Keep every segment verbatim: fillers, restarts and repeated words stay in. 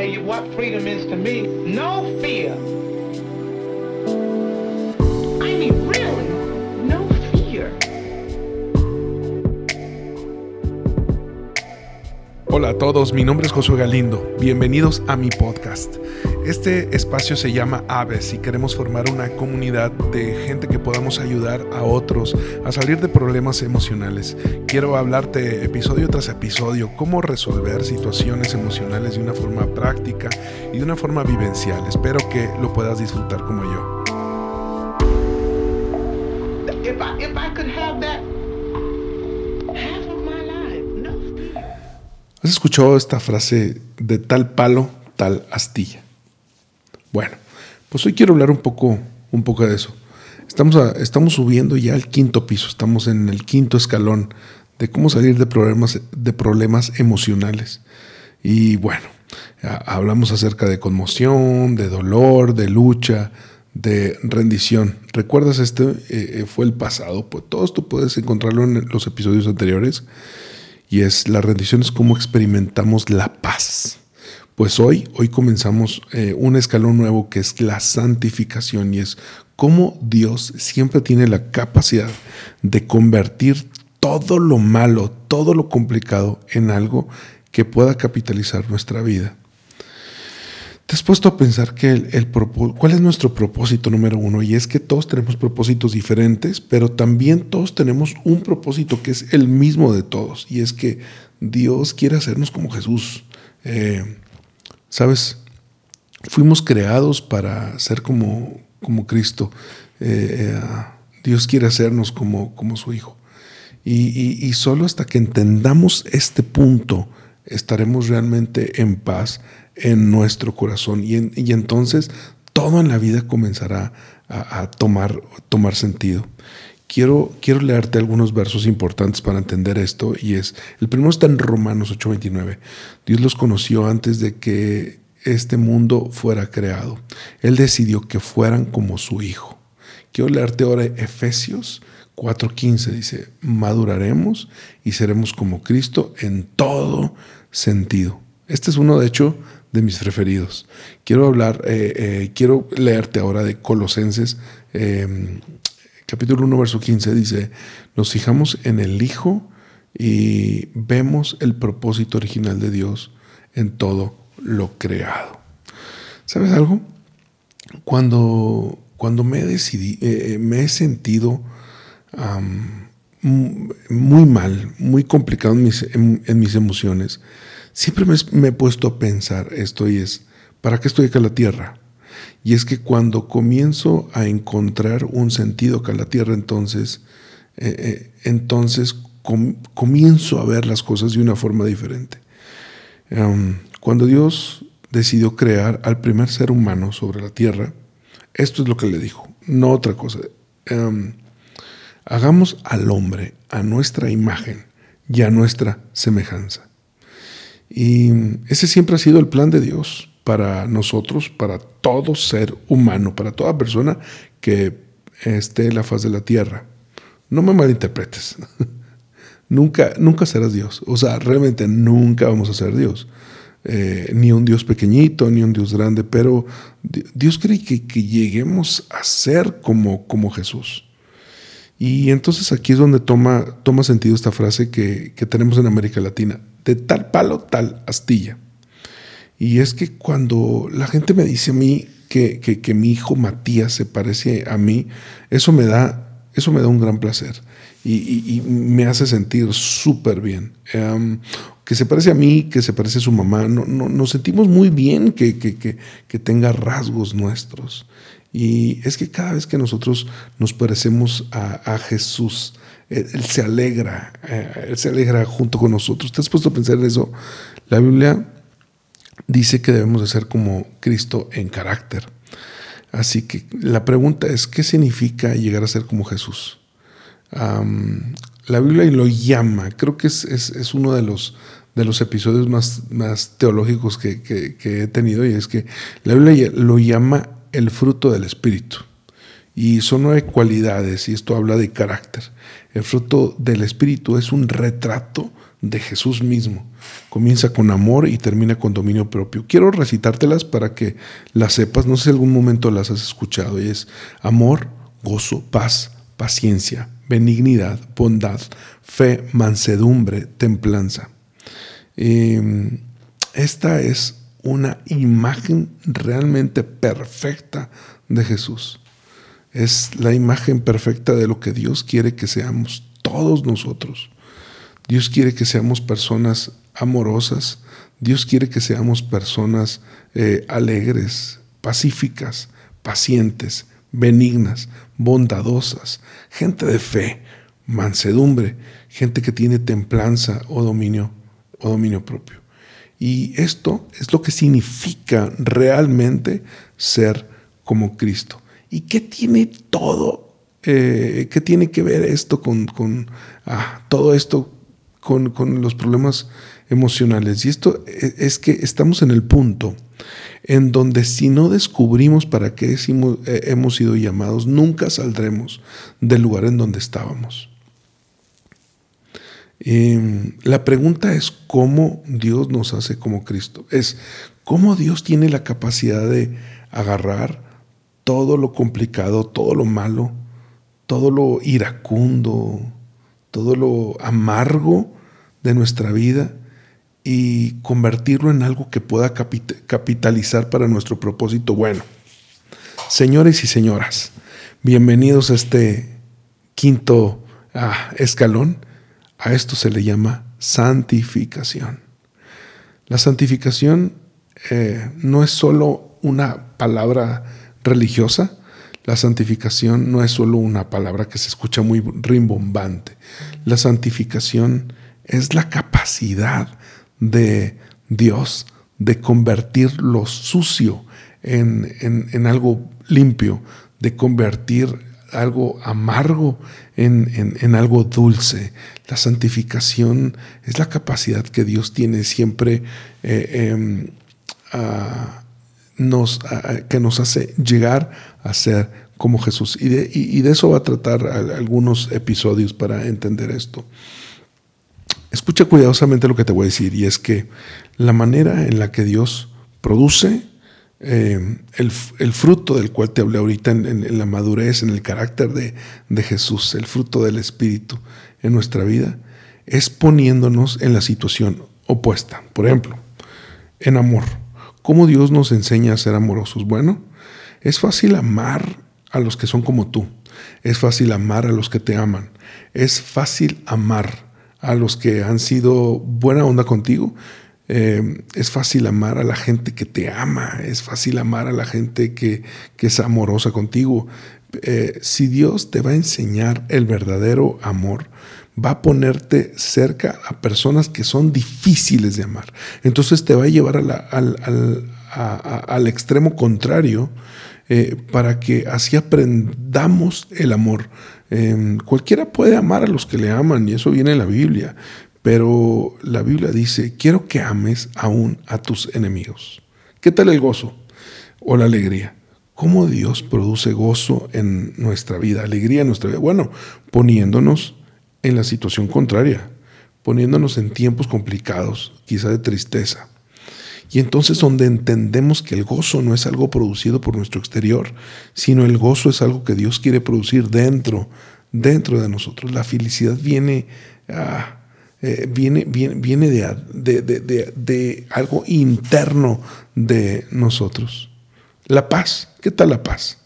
tell you what freedom is to me. No fear. I mean, really, no fear. Hola a todos, mi nombre es Josué Galindo. Bienvenidos a mi podcast. Este espacio se llama Aves y queremos formar una comunidad de gente que podamos ayudar a otros a salir de problemas emocionales. Quiero hablarte episodio tras episodio cómo resolver situaciones emocionales de una forma práctica y de una forma vivencial. Espero que lo puedas disfrutar como yo. If I, if I could have that half of my life, no fear. ¿Has escuchado esta frase de tal palo, tal astilla? Bueno, pues hoy quiero hablar un poco, un poco de eso. Estamos, a, estamos subiendo ya al quinto piso, estamos en el quinto escalón de cómo salir de problemas, de problemas emocionales. Y bueno, a, hablamos acerca de conmoción, de dolor, de lucha, de rendición. ¿Recuerdas este? Eh, fue el pasado. Pues todo esto puedes encontrarlo en los episodios anteriores. Y es la rendición es cómo experimentamos la paz. Pues hoy, hoy comenzamos eh, un escalón nuevo que es la santificación y es cómo Dios siempre tiene la capacidad de convertir todo lo malo, todo lo complicado en algo que pueda capitalizar nuestra vida. ¿Te has puesto a pensar que el, el cuál es nuestro propósito número uno? Y es que todos tenemos propósitos diferentes, pero también todos tenemos un propósito que es el mismo de todos. Y es que Dios quiere hacernos como Jesús. Eh, ¿Sabes? Fuimos creados para ser como, como Cristo. Eh, eh, Dios quiere hacernos como, como su Hijo. Y, y, y solo hasta que entendamos este punto estaremos realmente en paz en nuestro corazón. Y, en, y entonces todo en la vida comenzará a, a tomar, tomar sentido. Quiero, quiero leerte algunos versos importantes para entender esto, y es, el primero está en Romanos ocho veintinueve. Dios los conoció antes de que este mundo fuera creado. Él decidió que fueran como su Hijo. Quiero leerte ahora Efesios cuatro quince, dice, maduraremos y seremos como Cristo en todo sentido. Este es uno, de hecho, de mis preferidos. Quiero hablar, eh, eh, quiero leerte ahora de Colosenses eh, capítulo uno, verso quince, dice, nos fijamos en el Hijo y vemos el propósito original de Dios en todo lo creado. ¿Sabes algo? Cuando, cuando me, decidí, eh, me he sentido um, muy mal, muy complicado en mis, en, en mis emociones, siempre me, me he puesto a pensar esto, y es, ¿para qué estoy acá en la tierra? Y es que cuando comienzo a encontrar un sentido acá en la tierra, entonces, eh, eh, entonces com, comienzo a ver las cosas de una forma diferente. Um, cuando Dios decidió crear al primer ser humano sobre la tierra, esto es lo que le dijo, no otra cosa. Um, hagamos al hombre a nuestra imagen y a nuestra semejanza. Y ese siempre ha sido el plan de Dios para nosotros, para todo ser humano, para toda persona que esté en la faz de la tierra. No me malinterpretes. nunca, nunca serás Dios. O sea, realmente nunca vamos a ser Dios. Eh, ni un Dios pequeñito, ni un Dios grande, pero Dios quiere que, que lleguemos a ser como, como Jesús. Y entonces aquí es donde toma, toma sentido esta frase que, que tenemos en América Latina: de tal palo, tal astilla. Y es que cuando la gente me dice a mí que, que, que mi hijo Matías se parece a mí, eso me da, eso me da un gran placer y, y, y me hace sentir súper bien. Um, que se parece a mí, que se parece a su mamá, no, no, nos sentimos muy bien que, que, que, que tenga rasgos nuestros. Y es que cada vez que nosotros nos parecemos a, a Jesús, Él, él se alegra, eh, Él se alegra junto con nosotros. ¿Te has puesto a pensar en eso? La Biblia dice que debemos de ser como Cristo en carácter. Así que la pregunta es, ¿qué significa llegar a ser como Jesús? Um, la Biblia lo llama, creo que es, es, es uno de los, de los episodios más, más teológicos que, que, que he tenido, y es que la Biblia lo llama el fruto del Espíritu. Y son nueve cualidades, y esto habla de carácter. El fruto del Espíritu es un retrato de Jesús mismo. Comienza con amor y termina con dominio propio. Quiero recitártelas para que las sepas. No sé si en algún momento las has escuchado. Y es amor, gozo, paz, paciencia, benignidad, bondad, fe, mansedumbre, templanza. Eh, esta es una imagen realmente perfecta de Jesús. Es la imagen perfecta de lo que Dios quiere que seamos todos nosotros. Dios quiere que seamos personas amorosas. Dios quiere que seamos personas eh, alegres, pacíficas, pacientes, benignas, bondadosas, gente de fe, mansedumbre, gente que tiene templanza o dominio, o dominio propio. Y esto es lo que significa realmente ser como Cristo. ¿Y qué tiene todo? Eh, ¿Qué tiene que ver esto con, con ah, todo esto con, con los problemas emocionales? Y esto es, es que estamos en el punto en donde si no descubrimos para qué hemos, eh, hemos sido llamados, nunca saldremos del lugar en donde estábamos. Eh, la pregunta es cómo Dios nos hace como Cristo. Es cómo Dios tiene la capacidad de agarrar todo lo complicado, todo lo malo, todo lo iracundo, todo lo amargo de nuestra vida y convertirlo en algo que pueda capit- capitalizar para nuestro propósito bueno. Señores y señoras, bienvenidos a este quinto ah, escalón. A esto se le llama santificación. La santificación eh, no es solo una palabra religiosa. La santificación no es solo una palabra que se escucha muy rimbombante. La santificación es la capacidad de Dios de convertir lo sucio en, en, en algo limpio, de convertir algo amargo en, en, en algo dulce. La santificación es la capacidad que Dios tiene siempre eh, eh, a, nos, a, que nos hace llegar a ser como Jesús. Y de, y, y de eso va a tratar algunos episodios para entender esto. Escucha cuidadosamente lo que te voy a decir, y es que la manera en la que Dios produce eh, el, el fruto del cual te hablé ahorita en, en, en la madurez, en el carácter de, de Jesús, el fruto del Espíritu en nuestra vida, es poniéndonos en la situación opuesta. Por ejemplo, en amor. ¿Cómo Dios nos enseña a ser amorosos? Bueno, es fácil amar a los que son como tú. Es fácil amar a los que te aman. Es fácil amar a los que han sido buena onda contigo. Eh, es fácil amar a la gente que te ama. Es fácil amar a la gente que, que es amorosa contigo. Eh, si Dios te va a enseñar el verdadero amor, va a ponerte cerca a personas que son difíciles de amar. Entonces te va a llevar a la, al, al, a, a, al extremo contrario eh, para que así aprendamos el amor. Eh, cualquiera puede amar a los que le aman, y eso viene en la Biblia, pero la Biblia dice, quiero que ames aún a tus enemigos. ¿Qué tal el gozo o la alegría? ¿Cómo Dios produce gozo en nuestra vida, alegría en nuestra vida? Bueno, poniéndonos en la situación contraria, poniéndonos en tiempos complicados, quizá de tristeza. Y entonces donde entendemos que el gozo no es algo producido por nuestro exterior, sino el gozo es algo que Dios quiere producir dentro, dentro de nosotros. La felicidad viene, ah, eh, viene, viene, viene de, de, de, de, de algo interno de nosotros. La paz, ¿qué tal la paz?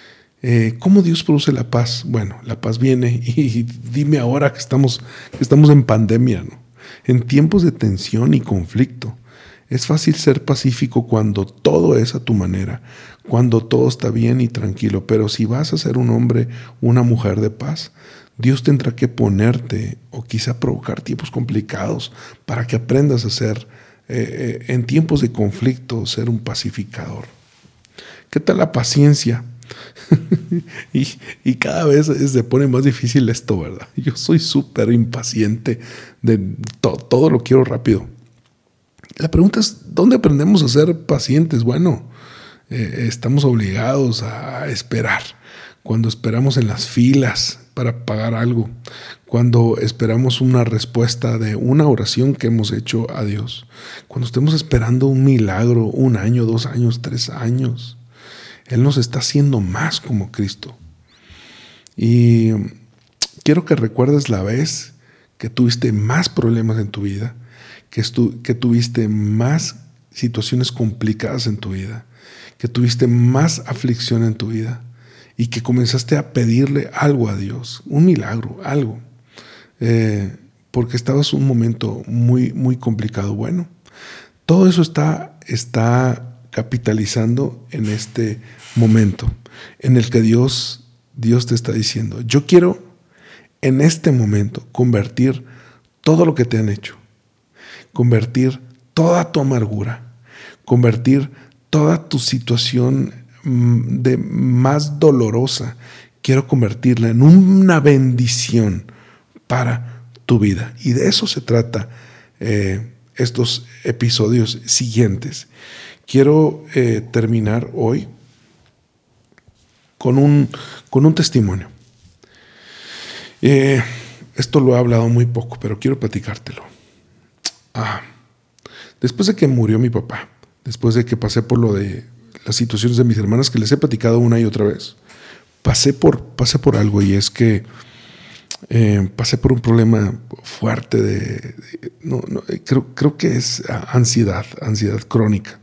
Eh, ¿Cómo Dios produce la paz? Bueno, la paz viene, y, y dime ahora que estamos, que estamos en pandemia, ¿no? En tiempos de tensión y conflicto. Es fácil ser pacífico cuando todo es a tu manera, cuando todo está bien y tranquilo, pero si vas a ser un hombre, una mujer de paz, Dios tendrá que ponerte o quizá provocar tiempos complicados para que aprendas a ser, eh, en tiempos de conflicto, ser un pacificador. ¿Qué tal la paciencia? y, y cada vez se pone más difícil esto, ¿verdad? Yo soy súper impaciente, de to- todo lo quiero rápido. La pregunta es, ¿dónde aprendemos a ser pacientes? Bueno, eh, estamos obligados a esperar. cuando esperamos en las filas para pagar algo, cuando esperamos una respuesta de una oración que hemos hecho a Dios, cuando estemos esperando un milagro, un año, dos años, tres años. Él nos está haciendo más como Cristo. Y quiero que recuerdes la vez que tuviste más problemas en tu vida, que, estu- que tuviste más situaciones complicadas en tu vida, que tuviste más aflicción en tu vida y que comenzaste a pedirle algo a Dios, un milagro, algo, eh, porque estabas en un momento muy, muy complicado. Bueno, todo eso está, está capitalizando en este momento en el que Dios, Dios te está diciendo: yo quiero en este momento convertir todo lo que te han hecho, convertir toda tu amargura, convertir toda tu situación de más dolorosa, quiero convertirla en una bendición para tu vida. Y de eso se trata eh, estos episodios siguientes. Quiero eh, terminar hoy con un, con un testimonio. Eh, esto lo he hablado muy poco, pero quiero platicártelo. Ah, después de que murió mi papá, después de que pasé por lo de las situaciones de mis hermanas que les he platicado una y otra vez, pasé por, pasé por algo, y es que eh, pasé por un problema fuerte de, de no, no, creo, creo que es ansiedad, ansiedad crónica.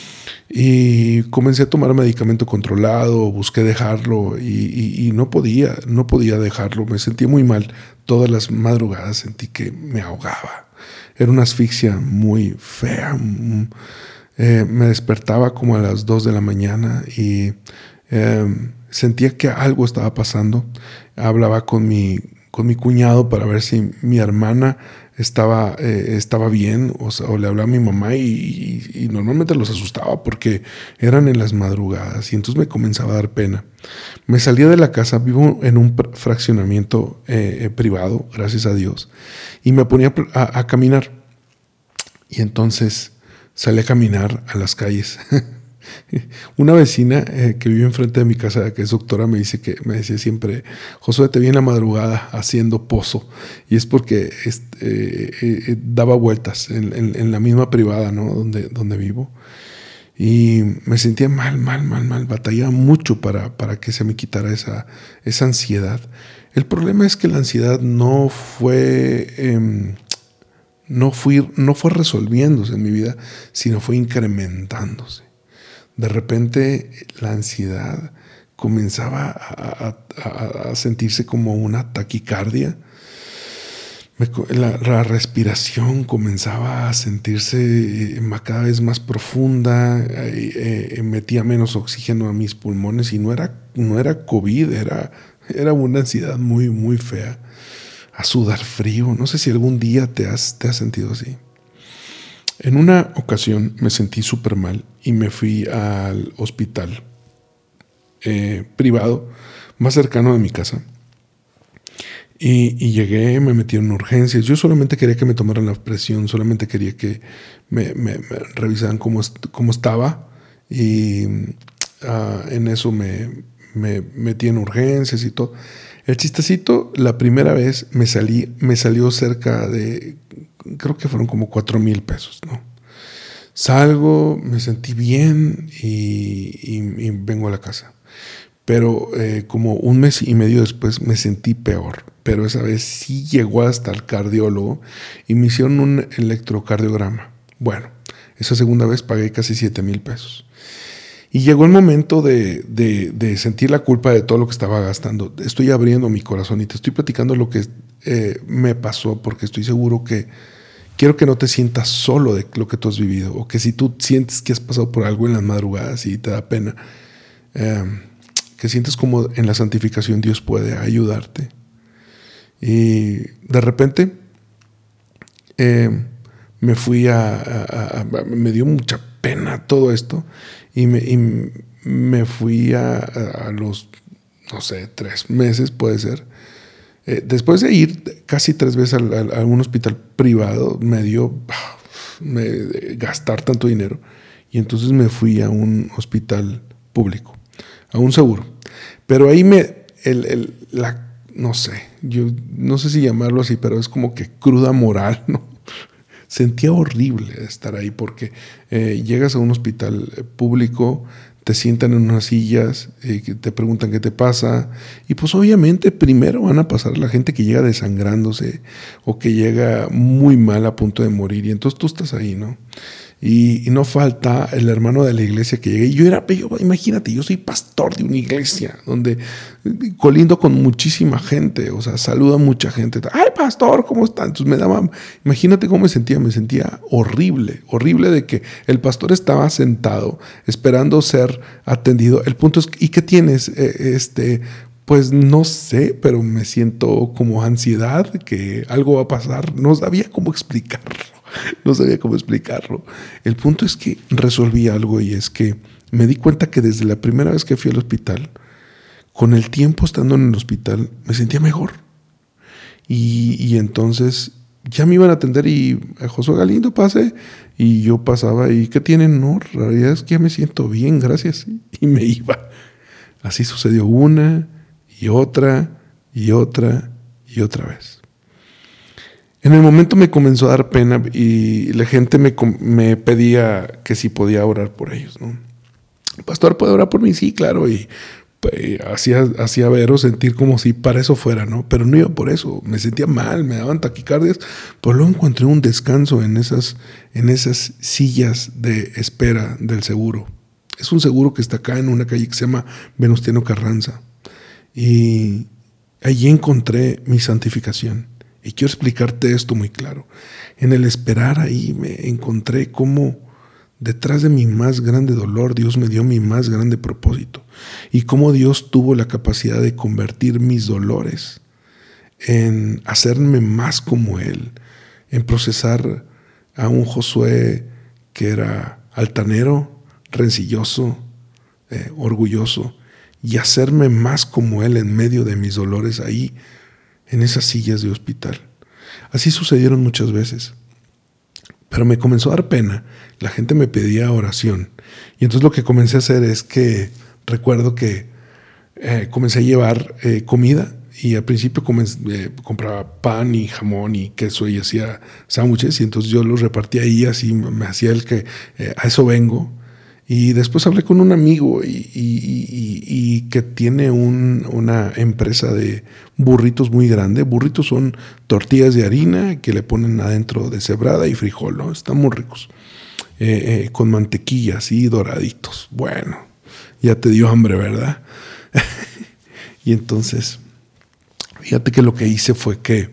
Y comencé a tomar medicamento controlado, busqué dejarlo y, y, y no podía, no podía dejarlo. Me sentía muy mal. Todas las madrugadas sentí que me ahogaba. Era una asfixia muy fea. Eh, me despertaba como a las dos de la mañana y eh, sentía que algo estaba pasando. Hablaba con mi, con mi cuñado para ver si mi hermana estaba, eh, estaba bien, o, sea, o le hablaba a mi mamá y, y, y normalmente los asustaba porque eran en las madrugadas y entonces me comenzaba a dar pena. Me salía de la casa, vivo en un fraccionamiento eh, privado, gracias a Dios, y me ponía a, a caminar. Y entonces salí a caminar a las calles. Una vecina eh, que vive enfrente de mi casa, que es doctora, me dice que me decía siempre: Josué, te vi en la madrugada haciendo pozo. Y es porque este, eh, eh, daba vueltas en, en, en la misma privada, ¿no? donde, donde vivo. Y me sentía mal, mal, mal, mal. Batallaba mucho para, para que se me quitara esa, esa ansiedad. El problema es que la ansiedad no fue... Eh, no, fui, no fue resolviéndose en mi vida, sino fue incrementándose. De repente la ansiedad comenzaba a, a, a sentirse como una taquicardia. Me, la, la respiración comenzaba a sentirse cada vez más profunda, eh, eh, metía menos oxígeno a mis pulmones y no era, no era COVID, era, era una ansiedad muy, muy fea. A sudar frío. No sé si algún día te has, te has sentido así. En una ocasión me sentí súper mal y me fui al hospital eh, privado más cercano de mi casa. Y, y llegué, me metí en urgencias. Yo solamente quería que me tomaran la presión, solamente quería que me, me, me revisaran cómo, cómo estaba. Y uh, en eso me, me metí en urgencias y todo. El chistecito, la primera vez me salí, me salió cerca de, creo que fueron como cuatro mil pesos, ¿no? Salgo, me sentí bien y, y, y vengo a la casa. Pero eh, como un mes y medio después me sentí peor. Pero esa vez sí llegó hasta el cardiólogo y me hicieron un electrocardiograma. Bueno, esa segunda vez pagué casi siete mil pesos. Y llegó el momento de, de, de sentir la culpa de todo lo que estaba gastando. Estoy abriendo mi corazón y te estoy platicando lo que eh, me pasó, porque estoy seguro que quiero que no te sientas solo de lo que tú has vivido, o que si tú sientes que has pasado por algo en las madrugadas y te da pena, eh, que sientes como en la santificación Dios puede ayudarte. Y de repente eh, me fui a, a, a, a... Me dio mucha pena todo esto. Y me, y me fui a, a, a los, no sé, tres meses puede ser. Eh, después de ir casi tres veces al, al, a un hospital privado, me dio me, gastar tanto dinero. Y entonces me fui a un hospital público, a un seguro. Pero ahí me, el, el, la, no sé, yo no sé si llamarlo así, pero es como que cruda moral, ¿no? Sentía horrible estar ahí porque eh, llegas a un hospital público, te sientan en unas sillas, eh, te preguntan qué te pasa, y pues obviamente primero van a pasar la gente que llega desangrándose o que llega muy mal a punto de morir, y entonces tú estás ahí, ¿no? Y, y no falta el hermano de la iglesia que llegue. Y yo era, yo, imagínate, yo soy pastor de una iglesia donde colindo con muchísima gente, o sea, saluda a mucha gente. Ay, pastor, ¿cómo está? Entonces me daba, imagínate cómo me sentía, me sentía horrible, horrible de que el pastor estaba sentado esperando ser atendido. El punto es, ¿y qué tienes? Eh, este, pues no sé, pero me siento como ansiedad, que algo va a pasar. No sabía cómo explicarlo. No sabía cómo explicarlo. El punto es que resolví algo, y es que me di cuenta que desde la primera vez que fui al hospital, con el tiempo estando en el hospital, me sentía mejor. Y, y entonces ya me iban a atender y a Josué Galindo pase, y yo pasaba y ¿qué tienen? No, la realidad es que ya me siento bien, gracias. Y me iba. Así sucedió una y otra y otra y otra vez. En el momento me comenzó a dar pena y la gente me, me pedía que si podía orar por ellos, ¿no? Pastor, ¿puede orar por mí? Sí, claro. Y pues, hacía, hacía ver o sentir como si para eso fuera, ¿no? Pero no iba por eso. Me sentía mal, me daban taquicardias. Pero luego encontré un descanso en esas, en esas sillas de espera del seguro. Es un seguro que está acá en una calle que se llama Venustiano Carranza. Y allí encontré mi santificación. Y quiero explicarte esto muy claro. En el esperar ahí me encontré cómo detrás de mi más grande dolor Dios me dio mi más grande propósito. Y cómo Dios tuvo la capacidad de convertir mis dolores en hacerme más como Él. En procesar a un Josué que era altanero, rencilloso, eh, orgulloso. Y hacerme más como Él en medio de mis dolores ahí, en esas sillas de hospital. Así sucedieron muchas veces. Pero me comenzó a dar pena. La gente me pedía oración. Y entonces lo que comencé a hacer es que recuerdo que eh, comencé a llevar eh, comida. Y al principio comencé, eh, compraba pan y jamón y queso y hacía sándwiches. Y entonces yo los repartía ahí, así me hacía el que eh, a eso vengo. Y después hablé con un amigo y, y, y, y que tiene un, una empresa de burritos muy grande. Burritos son tortillas de harina que le ponen adentro de cebrada y frijol, ¿no? Están muy ricos. Eh, eh, con mantequilla, así doraditos. Bueno, ya te dio hambre, ¿verdad? Y entonces, fíjate que lo que hice fue que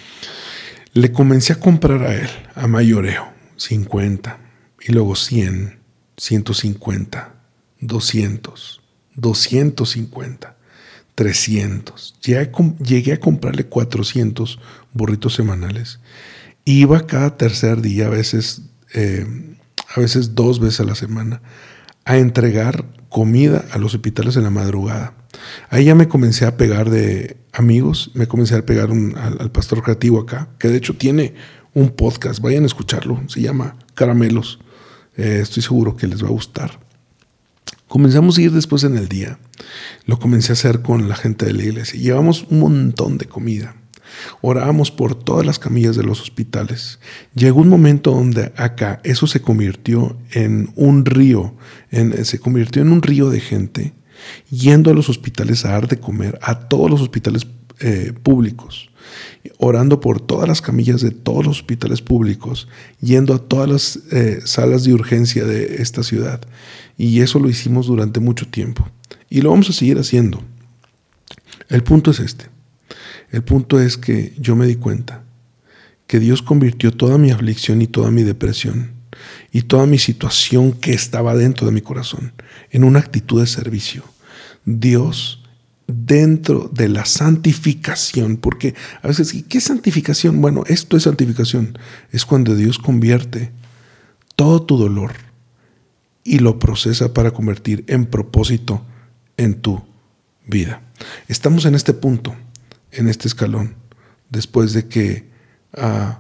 le comencé a comprar a él, a mayoreo, cincuenta y luego cien. ciento cincuenta, doscientos, doscientos cincuenta, trescientos. Llegué a comprarle cuatrocientos burritos semanales. Iba cada tercer día, a veces, eh, a veces dos veces a la semana, a entregar comida a los hospitales en la madrugada. Ahí ya me comencé a pegar de amigos, me comencé a pegar un, al, al pastor creativo acá, que de hecho tiene un podcast, vayan a escucharlo, se llama Caramelos. Eh, estoy seguro que les va a gustar. Comenzamos a ir después en el día. Lo comencé a hacer con la gente de la iglesia. Llevamos un montón de comida. Orábamos por todas las camillas de los hospitales. Llegó un momento donde acá eso se convirtió en un río. En, se convirtió en un río de gente yendo a los hospitales a dar de comer a todos los hospitales eh, públicos. Orando por todas las camillas de todos los hospitales públicos, yendo a todas las eh, salas de urgencia de esta ciudad. Y eso lo hicimos durante mucho tiempo. Y lo vamos a seguir haciendo. El punto es este. El punto es que yo me di cuenta que Dios convirtió toda mi aflicción y toda mi depresión y toda mi situación que estaba dentro de mi corazón en una actitud de servicio. Dios, dentro de la santificación, porque a veces, ¿qué es santificación? Bueno, esto es santificación. Es cuando Dios convierte todo tu dolor y lo procesa para convertir en propósito en tu vida. Estamos en este punto, en este escalón, después de que uh,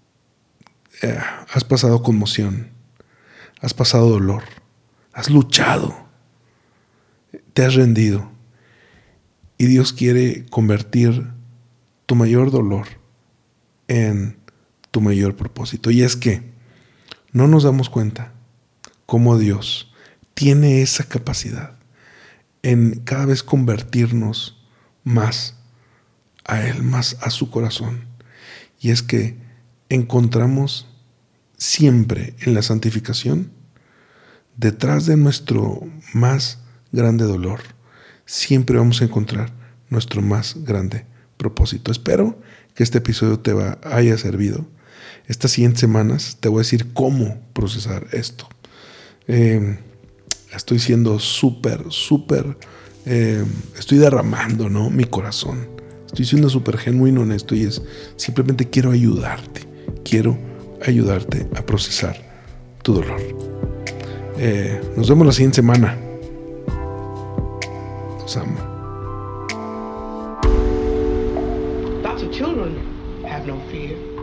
uh, has pasado conmoción, has pasado dolor, has luchado, te has rendido. Y Dios quiere convertir tu mayor dolor en tu mayor propósito. Y es que no nos damos cuenta cómo Dios tiene esa capacidad en cada vez convertirnos más a Él, más a su corazón. Y es que encontramos siempre en la santificación, detrás de nuestro más grande dolor, siempre vamos a encontrar nuestro más grande propósito. Espero que este episodio te va, haya servido. Estas siguientes semanas te voy a decir cómo procesar esto. Eh, estoy siendo súper, súper, eh, estoy derramando, ¿no?, mi corazón. Estoy siendo súper genuino en esto y es simplemente quiero ayudarte. Quiero ayudarte a procesar tu dolor. Eh, nos vemos la siguiente semana. Los amo. Lots of children have no fear.